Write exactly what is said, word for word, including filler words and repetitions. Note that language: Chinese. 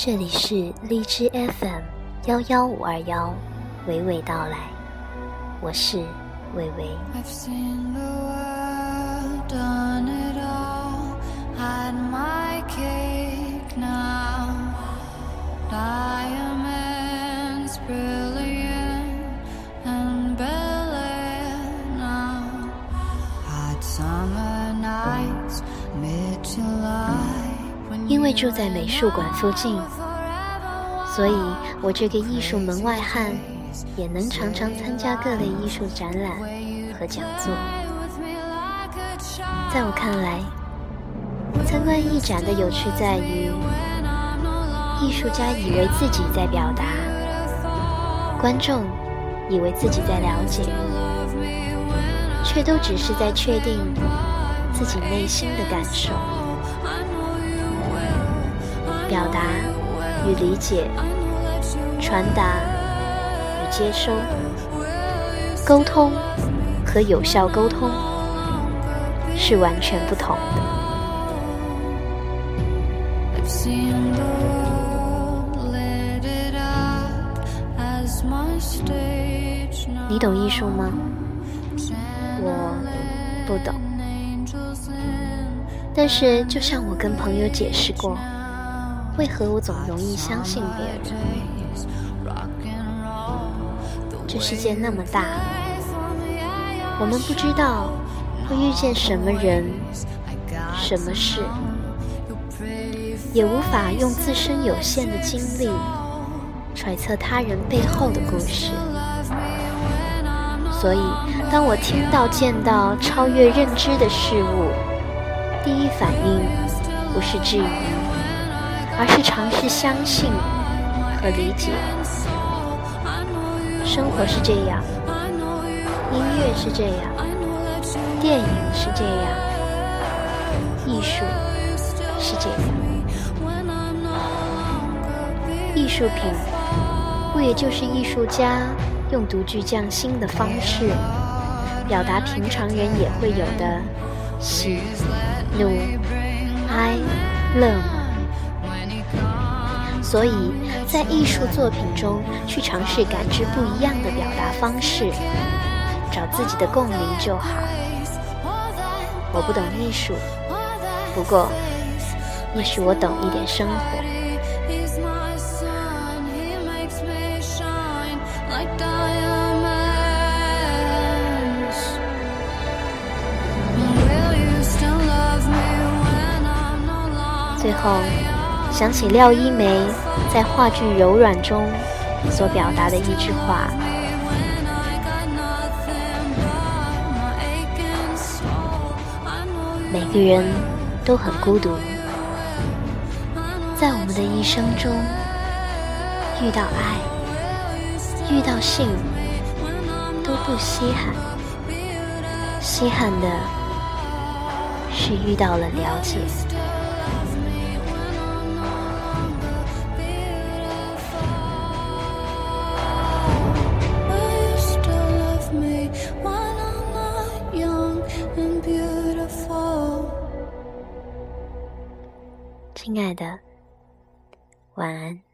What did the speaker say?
这里是荔枝 F M 幺幺五二幺，娓娓道来，我是娓娓。因为住在美术馆附近，所以我这个艺术门外汉也能常常参加各类艺术展览和讲座。在我看来，参观艺展的有趣在于，艺术家以为自己在表达，观众以为自己在了解，却都只是在确定自己内心的感受。表达与理解，传达与接收，沟通和有效沟通是完全不同的。你懂艺术吗？我不懂。但是就像我跟朋友解释过，为何我总容易相信别人？这世界那么大，我们不知道会遇见什么人、什么事，也无法用自身有限的经历揣测他人背后的故事。所以，当我听到、见到超越认知的事物，第一反应不是质疑，而是尝试相信和理解。生活是这样，音乐是这样，电影是这样，艺术是这样。艺术品不也就是艺术家用独具匠心的方式表达平常人也会有的喜、怒、哀、乐吗？所以在艺术作品中去尝试感知不一样的表达方式，找自己的共鸣就好。我不懂艺术，不过也许我懂一点生活。最后想起廖一梅在话剧《柔软》中所表达的一句话：每个人都很孤独，在我们的一生中，遇到爱、遇到性都不稀罕，稀罕的是遇到了了解。亲爱的，晚安。